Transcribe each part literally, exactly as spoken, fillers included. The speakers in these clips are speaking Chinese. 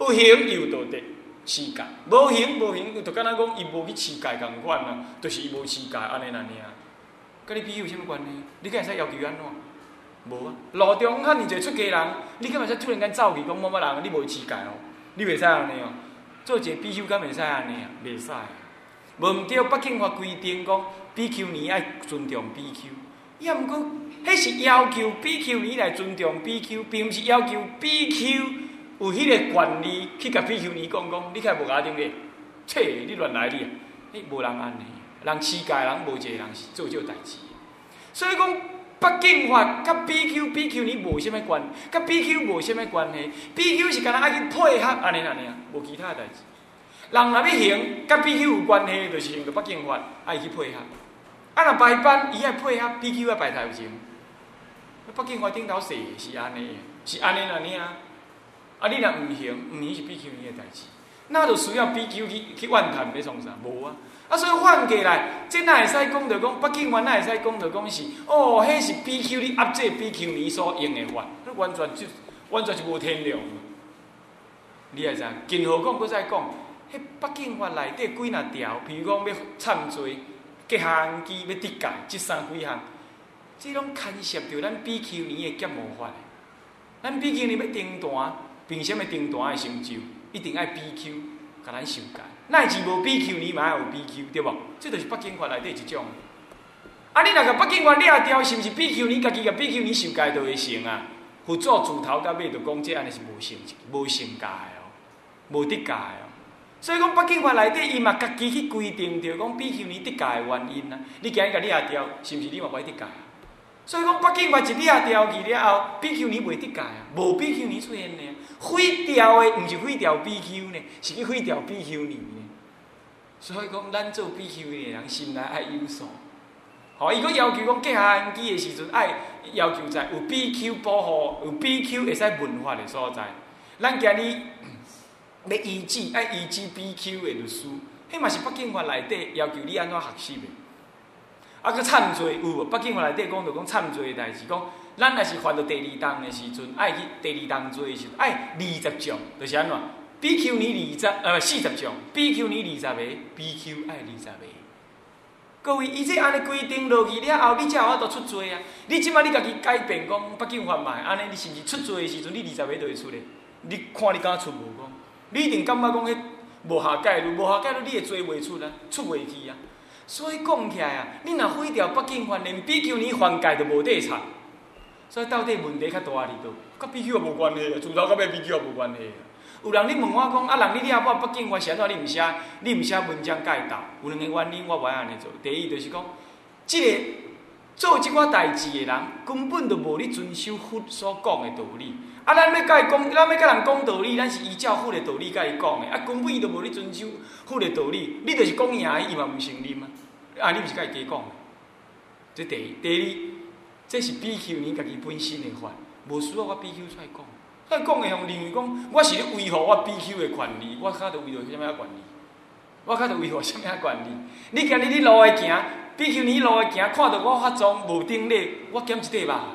有形有道德持戒，无形无形，就敢若讲伊无去持戒共款啊，就是伊无持戒安尼安尼啊。甲你比有啥物关系？你敢会使要求安怎？无啊！路中遐尔侪出家人，你敢会使突然间走去讲某某人你无持戒哦？你袂使安尼哦。做一个比丘敢袂使安尼啊？袂使。无毋对，北京法规定讲比丘尼爱尊重比丘，也毋过，迄是要求比丘尼来尊重比丘，并毋是要求比丘有迄个权利去甲比丘尼讲讲，你开无甲顶咧？切，你乱来你啊！迄无人安尼，人持戒人无一个人是做这代志。所以讲北京法甲比丘、比丘尼无啥物关，甲比丘无啥物关系。比丘是干那爱去配合安尼安尼啊，无其他代志。人若要行，甲比丘有关系，就是行着北京法，爱去配合。啊，若拜班，伊爱配合比丘爱拜头前。北京法顶头说是安尼，是安尼安尼啊。啊，你若毋行，毋行是比丘尼的代志，那就需要比丘去去怨叹要创啥？无啊。啊，所以反过来，这哪会使讲着讲北京法，哪会使讲着讲是哦，迄是比丘尼压制比丘尼所用的法，那完全就完全是无天良。你会知？更何况佫再讲。迄北京法内底几若条，譬如讲要忏罪、结行机、要抵戒，即三几项，即拢牵涉着咱比丘尼的结魔法。咱比丘尼要登坛，凭什么登坛的成就？一定爱比丘甲咱受戒。乃至无比丘尼嘛要有比丘，对无？这就是北京法内底一种。啊，你若甲北京法掠掉，是毋是比丘尼家己甲比丘尼受戒就会成啊？佛祖自头到尾就讲，这安尼是无成无成戒哦，无得戒哦。所以讲北京法内底，伊嘛家己去规定着讲比丘尼得戒的原因啊。你今日甲掠掉，是毋是你嘛袂得戒啊？所以讲北京法一掠掉去了后，比丘尼袂得戒啊，无比丘尼出现呢。毁掉的毋是毁掉比丘呢，是去毁掉比丘尼呢。所以讲，咱做比丘尼的人，心内爱有数。吼，伊佫要求讲结行机的时阵，爱要求在有比丘保护，有比丘会使问法的所在。咱今日。要医治，爱医治比丘的律师，迄嘛是北京法内底要求你安怎学习的。啊，佮忏罪有无？北京法内底讲着讲忏罪的代志，讲咱若是犯到第二档的时阵，爱去第二档罪的时阵，爱二十种，就是安怎？比丘尼二十，呃，四十种，比丘尼二十个，比丘爱二十个。各位，伊这安尼规定落去了后，你才有法度出罪啊！你即摆你家己改变讲北京法嘛，安尼你是毋是出罪的时阵，你二十个就会出咧？你看你敢出无讲？你一定感觉讲迄无下界律，无下界律你会做袂出啊，出袂去啊。所以讲起来啊，你若毁掉北京法，连比丘尼犯戒都无得插。所以到底问题较大伫倒？甲比丘也无关系啊，从头到尾比丘也无关系啊。有人你问我讲，啊，人你了我北京法是安怎？你毋写，你毋写文章解答？有两个原因我无爱安尼做。第一就是讲，即、这个做即款代志的人，根本就无咧遵守佛所讲的道理。啊，咱要甲伊讲，咱要甲人讲道理，咱是依照佛的道理甲伊讲的。啊，根本伊就无咧遵守佛的道理，你就是讲赢伊，伊嘛毋承认啊。啊，你毋是甲伊加讲的。这第一，第二，这是比丘尼家己本身的法，无需要我比丘出来讲。出来讲的用认为讲，我是咧维护我比丘的权利，我较着维护啥物啊权利？我较着维护啥物啊权利？你今日你路会行，比丘尼路会行，看到我化妆无顶礼，我减一块吧。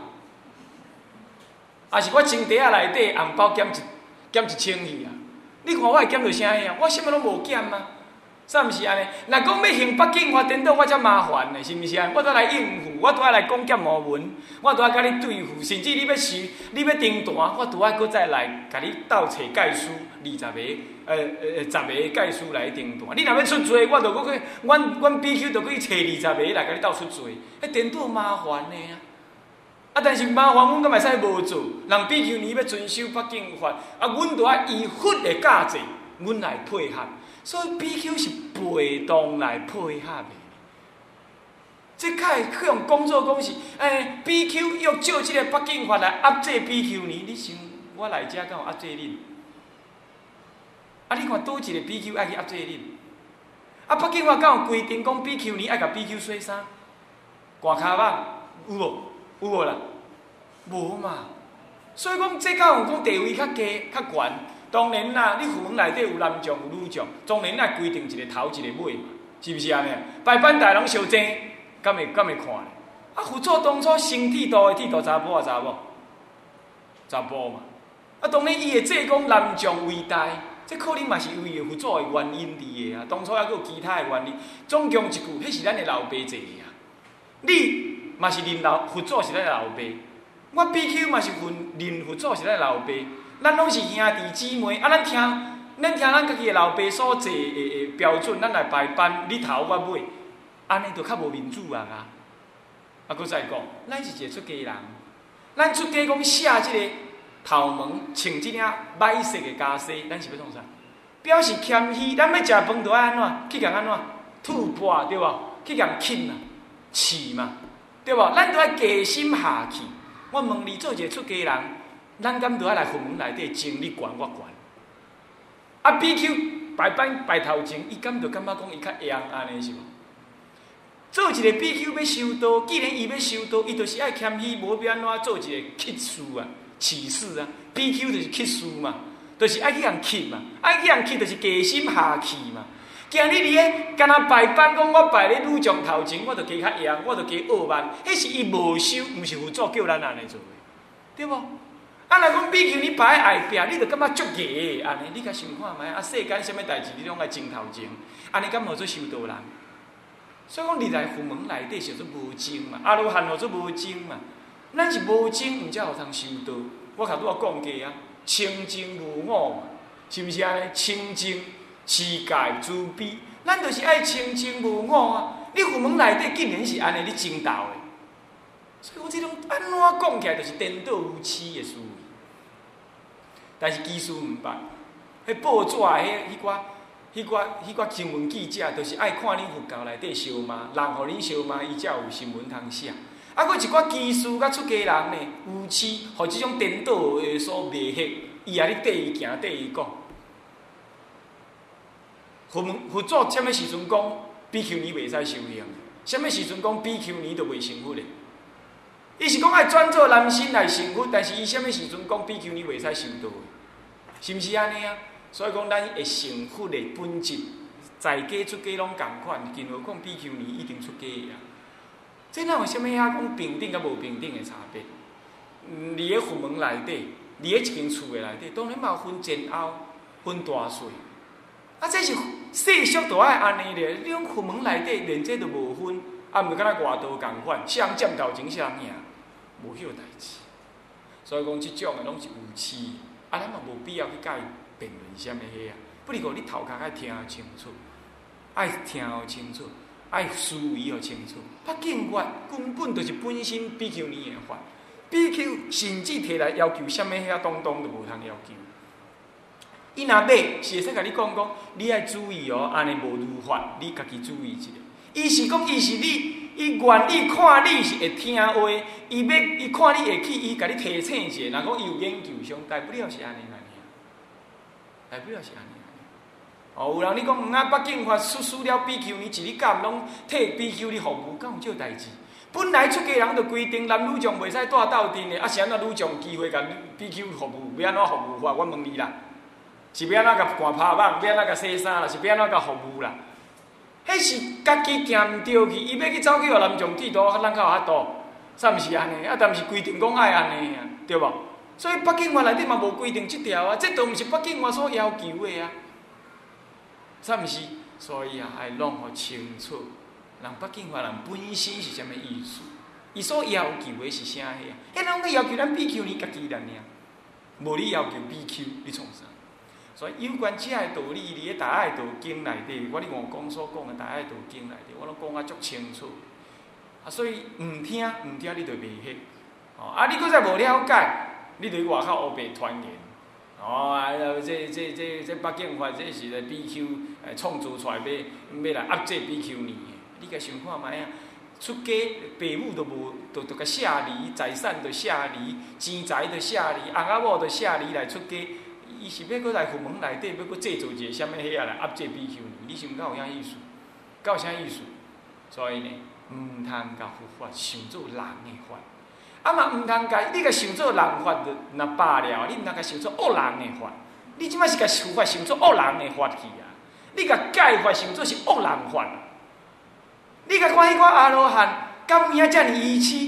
啊，是我钱袋仔内底红包减一减一千去啊！你看我会减到啥样？我啥物拢无减啊！啥毋是安尼？若讲要行北京法，颠倒我才麻烦呢，是毋是啊？我都来应付，我都爱来讲剑无文，我都爱甲你对付，甚至你要收，你要登坛，我都爱搁再来甲你斗找概书二十个，呃呃十个概书来登坛。你若要出罪，我就搁去，阮阮比丘就搁去找二十个来甲你斗出罪，迄颠倒麻烦呢啊！啊，但是麻烦，阮敢会使无做？人比丘尼要遵守北京法，啊，阮就爱依佛的价值，阮来配合。所以比丘是被动来配合的。这较会去用讲做讲是，诶，比丘要照这个北京法来压制比丘尼，你想我来遮敢有压制恁？啊，你看倒一个比丘爱去压制恁？啊，北京法敢有规定讲比丘尼爱甲比丘洗衫、刮骹胯，有无？有无啦？无嘛。所以讲，这敢有讲地位较低、较悬。当然啦，你府门内底有男将有女将，当然来规定一个头一个尾嘛，是毋是安尼？拜班大人相争，敢会敢会看咧？啊，佛祖当初身体大的剃度查甫啊查某，查甫嘛。 啊，当然伊会做讲南将伟大，这可能嘛是为伊佛祖的原因伫个啊。当初还佫有其他的原因，总共一句，迄是咱的老爸坐啊。你嘛是认老佛祖是咱的老爸，我 B Q 嘛是认佛祖是咱的老爸，咱拢是兄弟姊妹，啊，咱听咱听咱家己的老爸所坐的的标准，咱来排班，你头我尾，安尼就较无民主啊！啊，佫再讲，咱是一个出家人，咱出家讲写即个头毛，穿即领歹色的袈裟，咱是要创啥？表示谦虚，咱要食饭就爱安怎？去共安怎？吐蕃对无？去共啃啊，饲嘛，对无？咱都爱低心下气。我问你，做一个出家人，咱敢都爱来佛门内底争你悬我悬？啊 ，B Q 排班排头前，伊敢就感觉讲伊较样安尼是无？做一个 B Q 要修道，既然伊要修道，伊就是爱谦虚，无要安怎做一个乞士啊、乞士啊。B Q 就是乞士嘛，就是爱去人乞嘛，爱去人乞就是低心下气嘛。今日你咧，敢若排班讲我排咧女将头前，我就加较样，我就加傲慢，迄是伊无修，毋是佛祖叫咱安尼做的，对无？啊，若讲 B Q 你排后壁，你就感觉足艺安尼，你甲想看觅啊？世间什么代志，你拢爱争头前，安尼敢无做修道人？所以讲，你来佛门内底是做无精嘛，阿罗汉号做无精嘛。咱是无精，毋才有通修道。我头拄仔讲过啊，清净无我嘛，是毋是安尼？清净、持戒、慈悲，咱就是爱清净无我啊。你佛门内底竟然是安尼，你争斗的。所以我这种安怎讲起来，就是颠倒无耻的事。但是技术毋捌，迄报纸迄迄寡。迄寡迄寡新闻记者，就是爱看恁佛教内底烧嘛，人互恁烧嘛，伊才有新闻通写。啊，佫一寡技师甲出家人呢，有痴，互即种颠倒的所迷惑，伊也咧缀伊行缀伊讲。佛门佛祖什么时阵讲 B Q 年袂使修行？什么时阵讲 B Q 年就袂成佛咧？伊是讲爱转做男性来成佛，但是伊什么时阵讲 B Q 年袂使修道？是毋是安尼啊？所以讲，咱会成佛的本质，在家出家拢共款，更何况 B Q 年一定出家啊！这哪有啥物遐讲平等甲无平等的差别？伫咧佛门内底，伫咧一间厝的内底，当然嘛有分前后、分大细。啊，这是世俗都爱安尼咧。你讲佛门内底连这都无分，啊，毋就敢若外道共款，谁人占头前，谁人赢，无迄个代志。所以讲，即种的拢是有痴，啊，咱嘛无必要去甲伊辩论啥物迄啊。不如讲你头壳爱听清楚，爱听清楚，爱思维互清楚。北京法根本就是本身 B Q 年的法 ，B Q 甚至摕来要求啥物遐东东都无通要求。伊若买是会使甲你讲讲，你爱注意哦，安尼无如法，你家己注意一下。伊是讲，伊是你，伊愿意看你是会听话，伊要伊看你会去，伊甲你提醒一下。若讲伊有研究上，大不了是安尼安尼，大不了是安尼。哦，有人你讲，嗯啊，北京法出输了 B Q 年，一日干拢替 B Q 你服务，敢有这代志？本来出家人就规定男女将袂使带斗阵的，啊是安怎女将有机会甲 B Q 服务？要安怎服务法？我问你啦，是要安怎甲赶拍网？要安怎甲洗衫啦？是要安怎甲服务啦？迄是家己行唔对去，伊要去走去互男将剃度，咱较有法度，啥毋是安尼？啊，但是规定讲爱安尼啊，对无？所以北京法内底嘛无规定即条啊，这都毋是北京法所要求的啊。啥毋是？所以啊，爱弄互清楚，人北京话人本身是啥物意思？伊所要求的是啥个啊？迄拢个要求咱 B Q 你家己人尔，无你要求 B Q 你创啥？所以有关这个道理，伫咧《大爱道经》内底，我咧我讲所讲的《大爱道经》内底，我拢讲啊足清楚。啊，所以毋听毋听，你就袂晓。哦，啊，你搁再无了解，你就外口黑白传言。哦，啊，这这这这北京法，这是咧 B Q 诶创造出来，要要来压制 B Q 年的。你甲想看卖啊？出家父母都无，都都甲舍离，财产都舍离，钱财都舍离，翁仔某都舍离来出家。伊是要搁来佛门内底，要搁制造一个啥物遐来压制 B Q 年？你想敢有啥意思？敢有啥意思？所以呢，毋通甲佛法想做人的法。啊嘛，毋通甲你甲想做人法，就若罢了。你毋通甲想做恶人的法。你即摆是甲佛法想做恶人的法去啊！你甲戒法想做是恶人法。你甲看迄个阿罗汉，敢有影遮尔愚痴？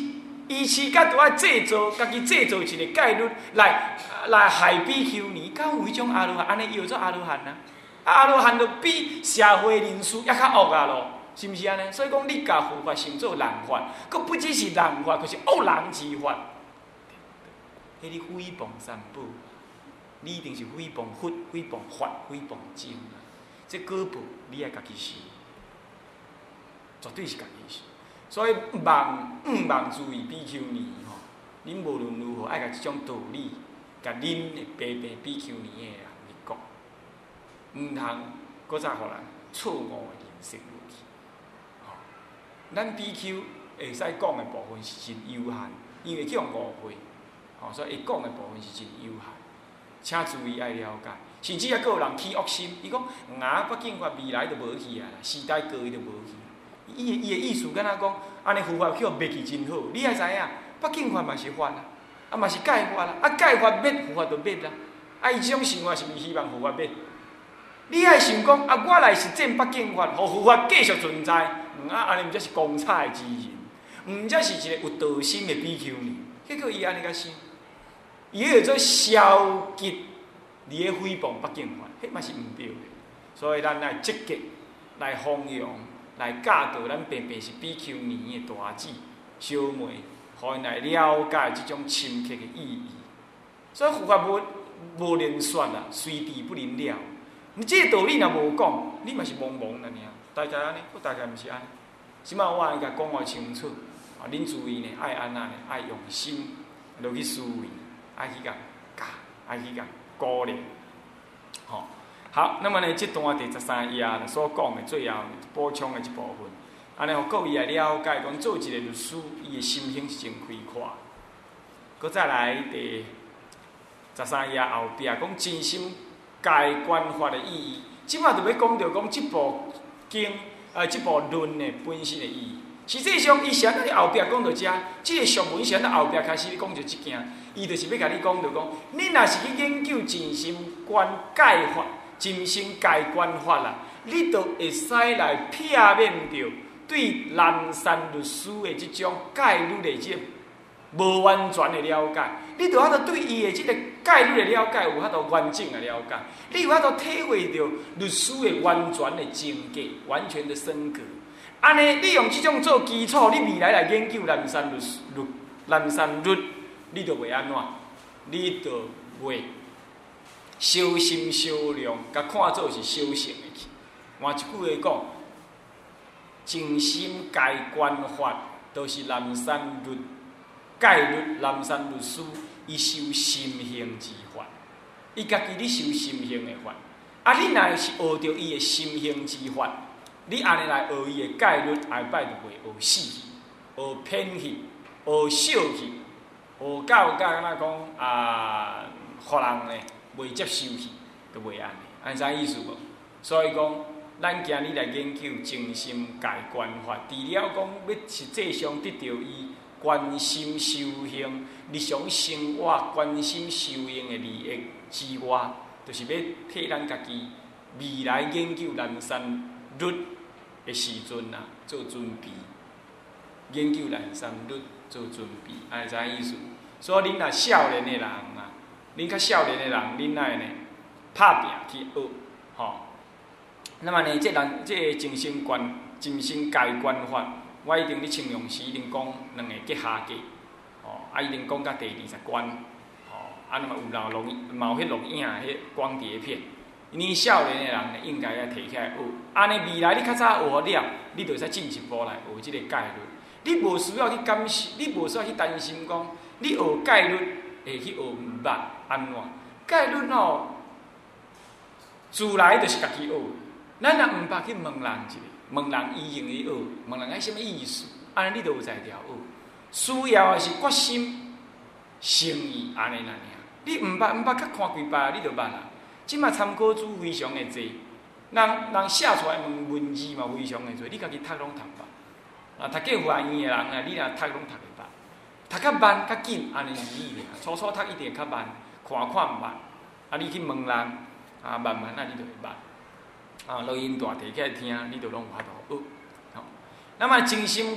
伊饲甲拄爱制造，家己制造一个戒律来来害比丘尼，敢有迄种阿罗汉安尼叫做阿罗汉啊？阿罗汉就比社会人士还较恶啊咯，是毋是安尼？所以讲你甲佛法成做人法，佫不只是人法，佫是恶人之法。迄你诽谤三宝，你一定是诽谤佛、诽谤法、诽谤经啊！这果报你爱家己受，绝对是家己受。所以望毋望注意比丘尼吼，恁无论如何爱甲即种道理，甲恁的爸爸比丘尼的人去讲，毋通搁再互人错误的认识落去。吼，咱比丘会使讲的部分是真有限，因为去用误会，吼，所以伊讲的部分是真有限，请注意爱了解。甚至还佫有人起恶心，伊讲啊，北京法未来就无去啊，时代过伊就无去。伊伊的意思敢若讲，安尼佛法去互灭去真好。你也知影，北京法嘛是法啦，啊嘛是戒法啦，啊戒法灭，佛法就灭啦。啊，伊即种想法是毋是希望佛法灭？你爱想讲，啊我来实践北京法，互佛法继续存在，嗯啊安尼毋则是公差之人，毋则是一个有道心的比丘尼。结果伊安尼甲想，伊迄做消极，你咧诽谤北京法，迄嘛是毋对的。所以咱来积极来弘扬。来教导咱爸爸是比丘尼的大姊小妹，互因来了解即种深刻的意义。所以佛法无无能说啦，随地不能了。你这个道理若无讲，你嘛是懵懵啦尔。大概安尼，我大概毋是安尼。即摆我爱甲讲互清楚，啊，恁注意呢，爱安那呢，爱用心落去思维，爱去甲教，爱去甲鼓励，吼。好，那么呢，这段第十三页所讲的最后补充的一部分，安尼互各位来了解，讲做一个律师，伊的心性是真开阔。搁再来第十三页后壁讲真心戒观法的意义，即摆就要讲到讲这部经，呃，这部论的本身的意义。实际上，伊是安尼后壁讲到遮，这个俗文是安尼后壁开始讲着即件，伊就是要甲你讲到讲，你若是去研究真心观戒法。真心戒观法啦，你就会使来片面着对南山律师的即种戒律的即无完全的了解，你就遐度对伊的即个戒律的了解有遐度完整的了解，你有遐度体会到律师的完全的境界，完全的深刻。安尼，你用即种做基础，你未来来研究南山律律南山律，你就袂安怎？你就袂。修心修量，甲看做是修行的去。换一句话讲，静心戒观法，都是南山律戒律。南山律师，伊修心性之法，伊家己咧修心性的法。啊，你若是学着伊的心性之法，你安尼来学伊的戒律，下摆就袂学死去，学偏去，学少去，学到甲安怎讲啊，互人呢？袂接受去，就袂安尼，安啥意思无？所以讲，咱今日来研究静心戒观法，除了讲要实际上得到伊观心修行、日常生活观心修行的利益之外，就是要替咱家己未来研究南山律的时阵啊，做准备。研究南山律做准备，安啥意思？所以恁若少年的人啊。恁较少年的人，恁爱呢拍拼去学，吼。那么呢，这人这个真心观、真心戒观法，我一定咧形容时一定讲两个结下计，吼，啊一定讲到第二十关，吼，啊那么有老录嘛有迄录影迄光碟片，你少年的人呢应该要摕起来学，安尼未来你较早学了，你就会使进一步来学即个戒律，你无需要去感受，你无需要去担心讲，你学戒律。会去学毋捌安怎？戒律吼，自来就是家己学。咱若毋捌去问人一下，问人伊用伊学，问人迄什么意思，安尼你就有才调学。需要的是决心、诚意安尼啦尔。你毋捌毋捌，较看几摆你就捌啦。即马参考书非常的济，人人写出来问文字嘛非常的多，你家己读拢读捌。啊，读过华院的人啊，你若读拢读会捌。读较慢较紧，安尼是易的。初初读一定较慢，看看慢，啊，你去问人，啊，慢慢啊，你就会捌。啊，录音带摕起来听，你就拢有法度学。好，那么真心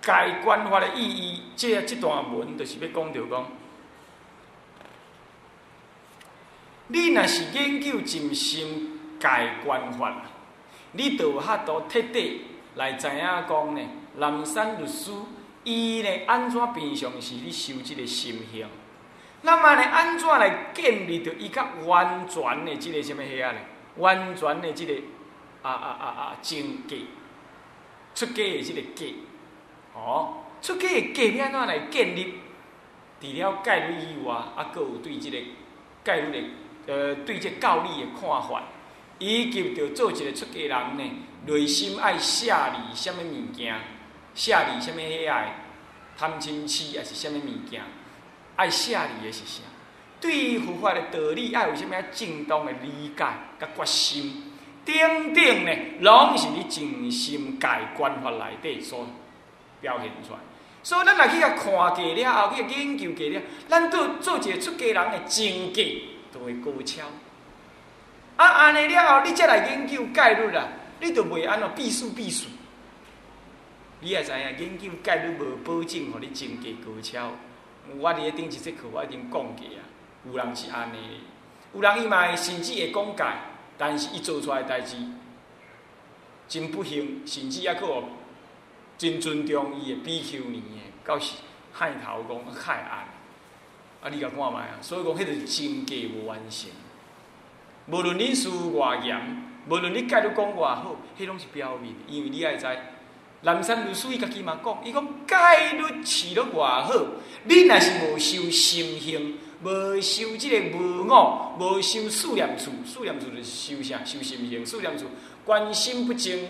改观法的意义，这这段文就是要讲到讲，你若是研究真心改观法，你就有法度彻底来知影讲呢，南山律师伊呢安怎平常时你修这个心性，那么呢安怎来建立着伊较完全的这个什么遐呢？完全的这个啊啊啊啊境界，出家的这个界。哦，出家的价要安怎来建立？除了戒律以外，啊，阁有对即、这个戒律的，呃，对即教理的看法，以及着做一个出家人呢，内心爱舍离什么物件，舍离什么遐个贪嗔痴，还是什么物件，爱舍离的是啥？对于佛法的道理，爱有啥物正当的理解甲决心，等等呢，拢是你真心戒观法内底所表现出来，所以咱若去甲看过了后，去研究过了，咱做做一个出家人的境界就会高超。啊，安尼了后，你才来研究戒律啦，你就袂安怎避数避数。你也知影，研究戒律无保证，互你境界高超。我伫咧顶一节课，我已经讲过啊，有人是安尼，有人伊嘛甚至会讲戒，但是伊做出来的代志真不幸，甚至还佫有。真尊重伊的比丘尼的，到是害头讲害暗，啊！你甲看觅啊，所以讲，迄就是境界无完成。无论你书偌严，无论你戒律讲偌好，迄拢是表面。因为你爱知，南山律师伊家己嘛讲，伊讲戒律饲得偌好，你若是无修心性，无修即个无我，无修四念处，四念处就是修啥？修心性。四念处观心不净。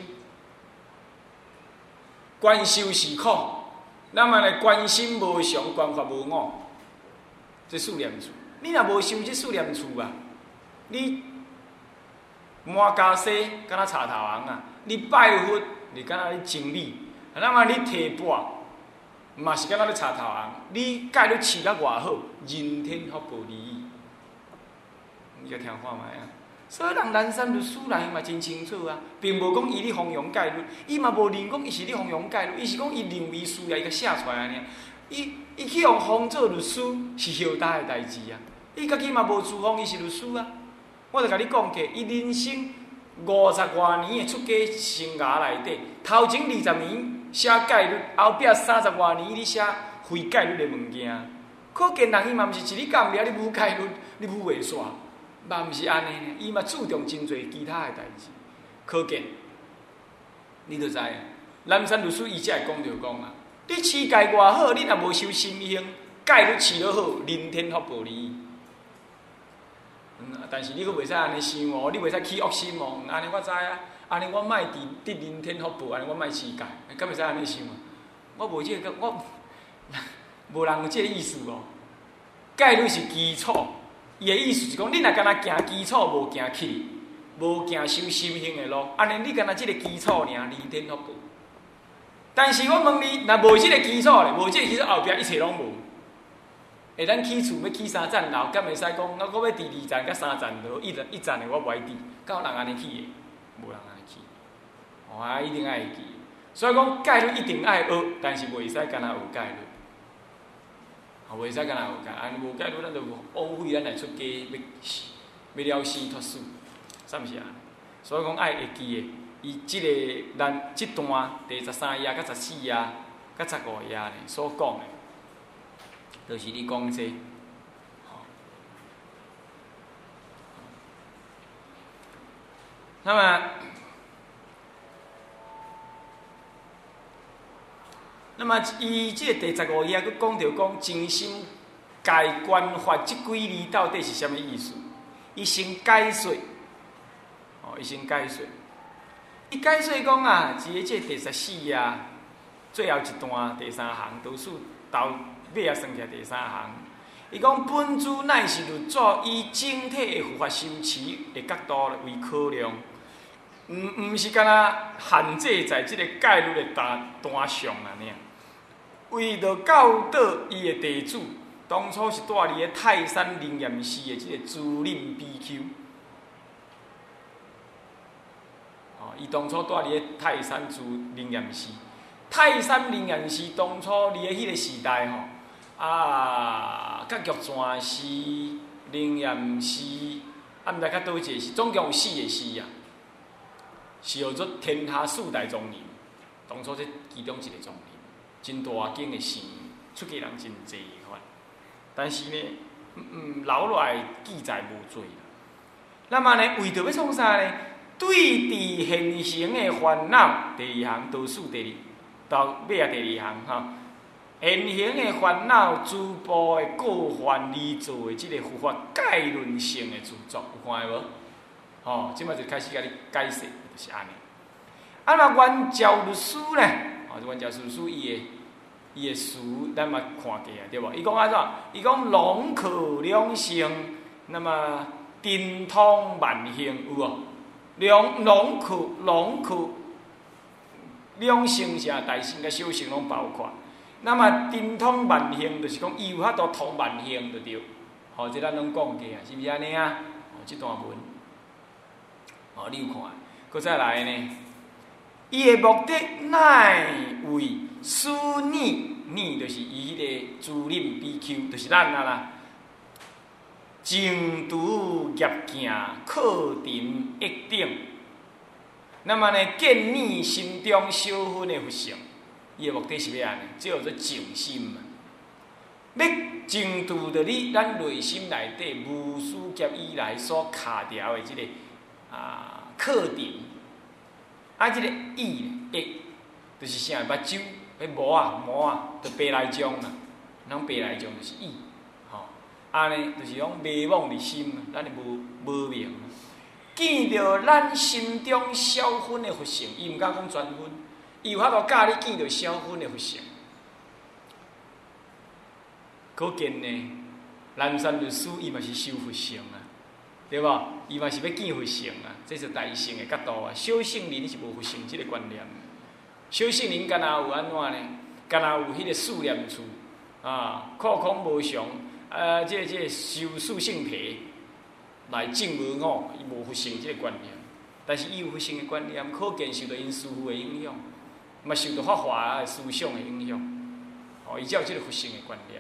观修是苦，那么呢？观心无常，观法无我，这四念处。你若无修这四念处啊，你满家世敢若茶头红啊！你拜佛，你敢若你经理，那么你提钵，嘛是敢若你茶头红。你戒律饲得偌好，人天福报利益，你甲听看觅啊！所以人南山律师内嘛真清楚啊，并无讲伊咧弘扬戒律，伊嘛无认讲伊是咧弘扬戒律，伊是讲伊认为需要伊甲写出来安尼。伊伊去用封做律师是后代的代志啊，伊家己嘛无自封伊是律师啊。我著甲你讲过，伊人生五十外年的出家生涯内底，头前二十年写戒律，后壁三十外年伊写非戒律的物件，可见人伊嘛毋是一日干了，你无戒律，你无袂煞。嘛毋是安尼呢，伊嘛注重真侪其他的代志，可见，你就知影。南山律师伊才会讲着讲啊，你持戒偌好，你若无修心性，戒律持得好，人天福报利。嗯，但是你佫袂使安尼想哦，你袂使起恶心哦。安尼我知啊，安尼我莫得得人天福报，安尼我莫持戒，敢袂使安尼想啊？我无即、這個，我无人有即个意思哦。戒律是基础。伊的意思是讲，你若敢若行基础，无行起，无行修心性的路，安尼你敢若即个基础尔，人天福报。但是我问你，若无即个基础咧，无即个基础后壁一切拢无。下咱起厝要起三层楼，敢会使讲，我我要第二层甲三层楼，一一层的我不爱伫，敢有人安尼起的？无人安尼起。哦啊，一定爱记。所以讲戒律一定爱学，但是袂使敢若有戒律。袂使干那有戒，安尼无戒律，咱就枉费咱来出家，要要了生脱死，啥物事啊？所以讲爱会记的，伊即、這个咱即段第十三页、甲十四页、甲十五页呢所讲的，就是你讲这。那么。那么，伊即个第十五页，佫讲到讲真心戒观法即几字到底是啥物意思？伊先解说，哦，伊先解说。伊解说讲啊，即个即第十四页最后一段第三行，倒数到尾啊算起来第三行。伊讲本主乃是律祖以整体的佛法修持的角度为考量，毋毋是干那限制在即个戒律的单单上啊尔。为着教导伊的地主，当初是住伫咧泰山灵验寺的即个主任比丘。哦，伊当初住伫咧泰山主灵验寺， 泰山灵岩寺当初伫咧迄个时代吼，啊，甲玉泉寺、灵岩寺，啊，毋知较倒一个寺，总共有四个寺啊，是叫做天下四大宗人，当初这其中一个宗人，真大间的寺，出家人真济款，但是呢，嗯嗯，留落来记载无多啦。那么呢，为着要创啥呢？对治现行的烦恼，第二项，倒数第二，到尾啊第二项哈。现行的烦恼，诸部的过患而做的这个佛法概论性的著作，有看到无？哦，即摆就开始甲你解释，就是安尼。啊，那原教律师呢？哦，原教律师伊的伊的词，咱嘛看过啊，对无？伊讲安怎？伊讲龙可两性，那么tinh通万行有无？两龙可龙可两性啥大性甲小性拢包括。那么精通万行，就是讲伊有法度通万行就对。吼、哦，这咱拢讲过啊，是毋是安尼啊？哦，这段文，哦，你有看？搁再来呢？伊的目的乃为使你，你就是伊迄个自认 B Q， 就是咱啊啦。精读业行，课程一定。那么呢，建立心中小分的佛性。伊的目的是要安尼，这叫做静心嘛。要净度着你咱内心内底无始劫以来所卡掉的即、这个啊课程，啊，即、這个意益，就是啥？目睭，迄毛啊毛啊，就白来将啦，咱白来将就是意，吼，安尼就是讲迷惘伫心，咱就无无明。见着咱心中小分的佛性，伊毋敢讲全分。伊有法度教你见到小分的佛性，可见呢，南山律师伊嘛是修佛性啊，对无？伊嘛是要见佛性啊，这是大乘的角度啊。小圣人是无佛性这个观念，小圣人敢若有安怎呢？敢若有迄个四念处啊，扩空无常，呃，这这修四性体来证无我，伊无佛性这个观念。但是伊有佛性的观念，可见受到因师父的影响。嘛受到法华的思想的影响，哦，伊才有这个佛性的观念。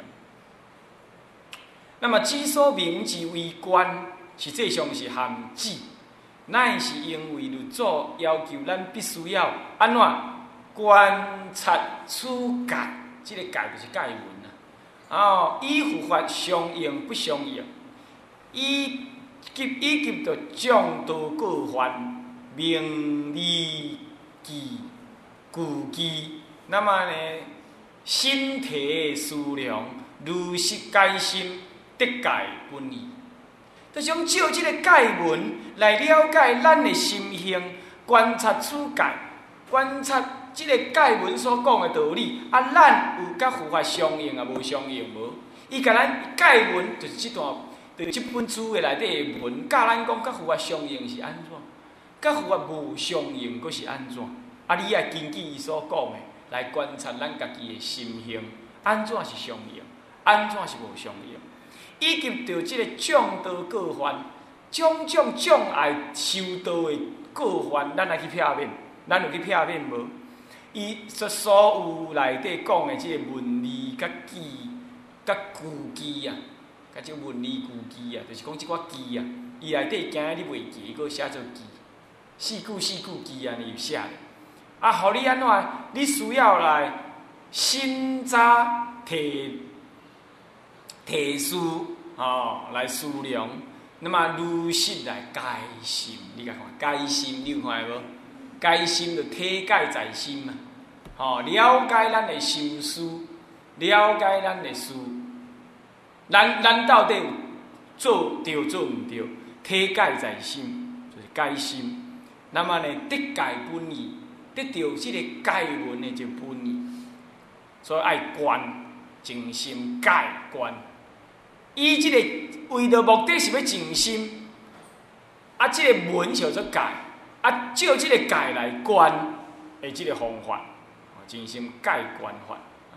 那么之所明之为观，实际上是含指，乃是因为律祖要求咱必须要安怎观察此界，这个界就是界文啊。哦，以佛法相应不相应，以及以及着众多过患，名利记。故基，那么呢，身体思量，如实解心，得解本意。就想照这个解文来了解咱的心性，观察此界，观察这个解文所讲的道理。啊，咱有甲佛法相应啊，无相应无？伊甲咱解文就是这段，就是这本书的内底的文，教咱讲甲佛法相应是安怎？甲佛法无相应，佫是安怎？啊！你也根据伊所讲的来观察咱家己的心性，安怎是相应，安怎是无相应，以及着即个众多过患，种种障碍受到的过患，咱来去撇免，咱有去撇免无？伊所所有内底讲的即个文理甲记、甲句记啊，甲即文理句记啊，就是讲即寡记啊，伊内底惊你袂记，佫写做记，四句四句记啊，你有写。啊，互你安怎？你需要来审查、提提书哦，来思量，那么如实来解心。你甲看解心，你有看无？解心就体解在心嘛。哦，了解咱的心思，了解咱的事，咱咱到底有做对做毋对？体解在心，就是解心。那么呢，得解本意。得到即个解文的这本意，所以爱观静心解观。伊即个为着目的是要静心，啊，即个文叫做解，啊，照即个解来观的即个方法，静心解观法啊。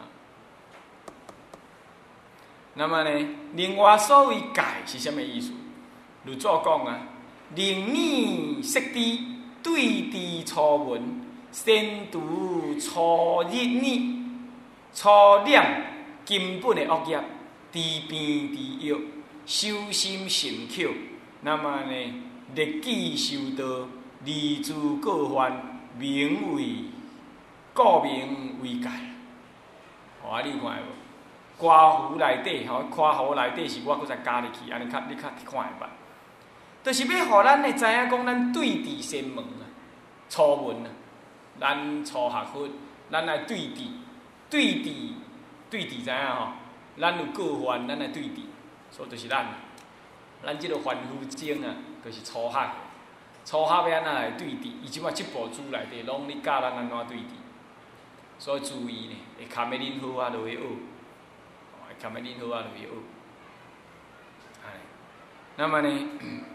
那么呢，另外所谓解是啥物意思？如怎讲啊？令你识知对治初文。 先除初日呢，初念根本的恶业，治病治药，修心成巧。那么呢，历记修道，立志过犯，名为故名为戒。哦，啊，你有看无？刮胡内底吼，夸胡内底是我搁再加入去，安尼较你较看会捌。就是要互咱会知影讲，咱对治先门啊，初门啊，咱初学佛，咱来对治，对治，对治知影吼？咱有过犯，咱来对治，所以就是咱，咱即个凡夫精啊，就是初学，初学要安怎来对治？伊即摆即部书内底，拢咧教咱安怎对治，所以注意呢，会牵个恁好啊，就会学。看咩恁好啊，就学。哎，那么呢，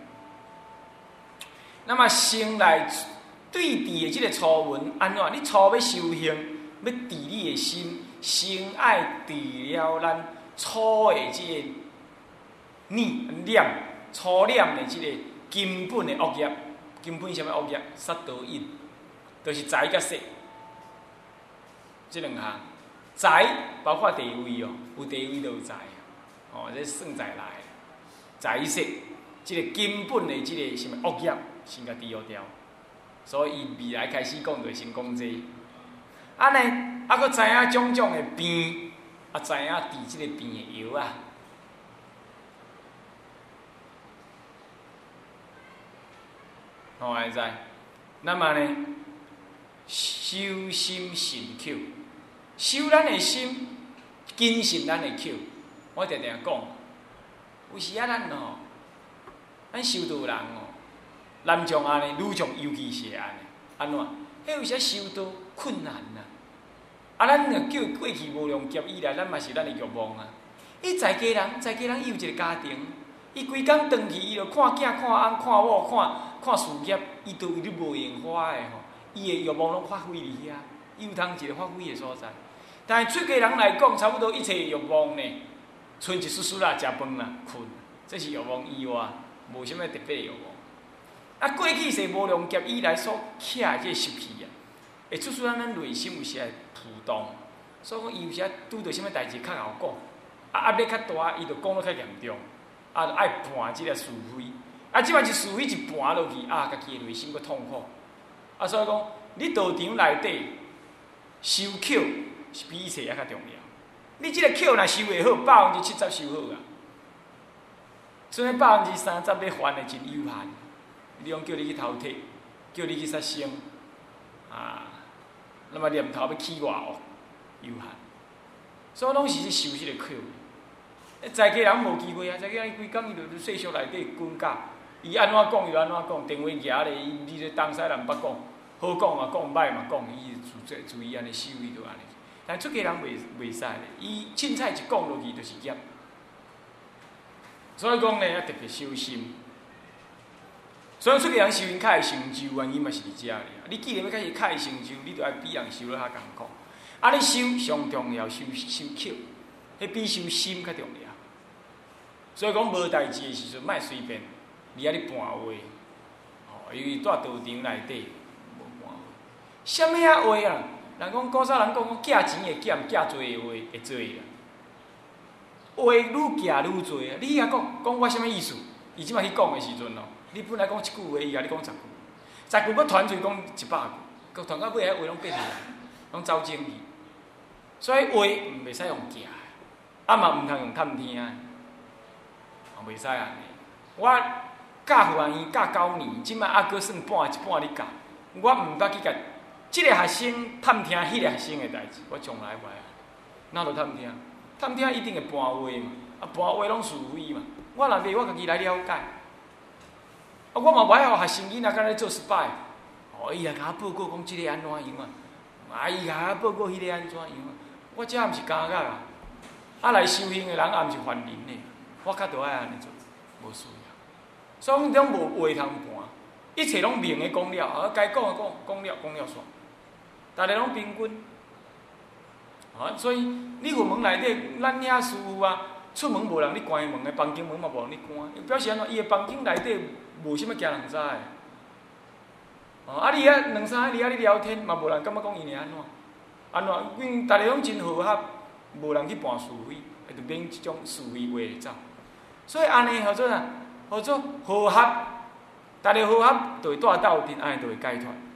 那么先来对治的这个初文，安怎？你初要修行，要治你的心，先爱治了咱初的这个念念，初念的这个根本的恶业，根本什么恶业？杀盗淫，就是财甲色，这两项。财包括地位哦，有地位就有财哦，这算财来。财色，即个根本的即个什么恶业，先甲除掉。所以伊未来开始讲就先讲这。安尼，啊，佫知影种种的病，啊，知影治即个病的药啊。哦，会知。那么呢，修心成巧。修咱的心，谨慎咱的口。我常常讲，有时啊，咱吼，咱修道人哦，男种安尼，女种尤其是安尼，安怎？迄有时啊修道困难呐。啊，咱若叫过去无量劫以来，咱嘛是咱的欲望啊。伊在家人，在家人伊有一个家庭，伊规工转去，伊就看囝、看翁、看某、看看事业，伊都有咧无闲花的吼。伊的欲望拢发挥伫遐，伊有通一个发挥的所在。但是出家人来讲，差不多一切欲望呢，剩一丝丝啦，食饭啦，困，这是欲望以外，无啥物特别的欲望。啊，过去是无量劫以来所起的这习气啊，会促使咱咱内心有时会浮动，所以讲伊有时拄到啥物代志较后讲，啊压力较大，伊就讲得较严重，啊就爱盘即个是非，啊即摆是是非一盘落去，啊家己的内心佫痛苦，啊所以讲，你道场内底修口。是比一切还较重要。你即个口若修会好，百分之七十修好啊。所以百分之三十要还的真有限。你讲叫你去偷摕，叫你去杀生，啊，那么念头要起外恶，有限。所以拢是去修即个口。在家人无机会啊，在家人规工伊就细俗内底滚教，伊安怎讲伊就安怎讲，电话举咧，伊你咧东西南北讲，好讲嘛讲，歹嘛讲，伊就注意安尼修，伊就安尼。但出家人袂袂使咧，伊凊彩一讲落去就是业。所以讲呢，要特别小心。所以出家人修行较会成就，原因嘛是伫遮尔。你既然要开始较会成就，你就要比人修得较艰苦。啊，你修上重要，修修口，迄比修心较重要。所以讲无代志的时阵，莫随便，你啊咧盘话。哦，因为在道场内底无盘话。什么啊话啊？人讲古早人讲，寄钱会减，寄多的话会多啊。话愈寄愈多啊！你遐讲讲我什么意思？伊即摆去讲的时阵哦，你本来讲一句话，伊甲你讲十句，十句要团出讲一百句，佮团到尾遐话拢变去，拢走精去。所以话毋袂使用寄，啊嘛毋通用探听，啊袂使安尼。我教幼儿园教九年，即摆还佫算半一半咧教，我毋捌去甲。即个学生探听迄个学生的代志，我从来袂啊。哪著探听？探听一定会盘话嘛，啊盘话拢是非嘛。我若袂，我家己来了解。啊，我嘛袂互学生囡仔敢咧做失败。哦，伊也甲我报告讲即个安怎样啊？啊，伊甲我报告迄个安怎样啊？我遮毋是感觉啊。啊，来修行的人也毋是凡人呢。我较著爱安尼做，无需要。所以讲无话通盘，一切拢明的讲了，啊该讲的讲，讲了讲了煞。大家拢平均，啊，所以你佛门内底，咱遐师傅啊，出门无人咧关门的，房间门嘛无人咧关，表示安怎？伊的房间内底无啥物惊人知的。 哦，啊你啊两三个啊你聊天，嘛无人感觉讲伊会安怎？安怎？因大家拢真和谐，无人去办是非，会就免即种是非话会走。所以安尼叫做啊，叫做和谐。大家和谐就会带斗阵，安尼就会解脱。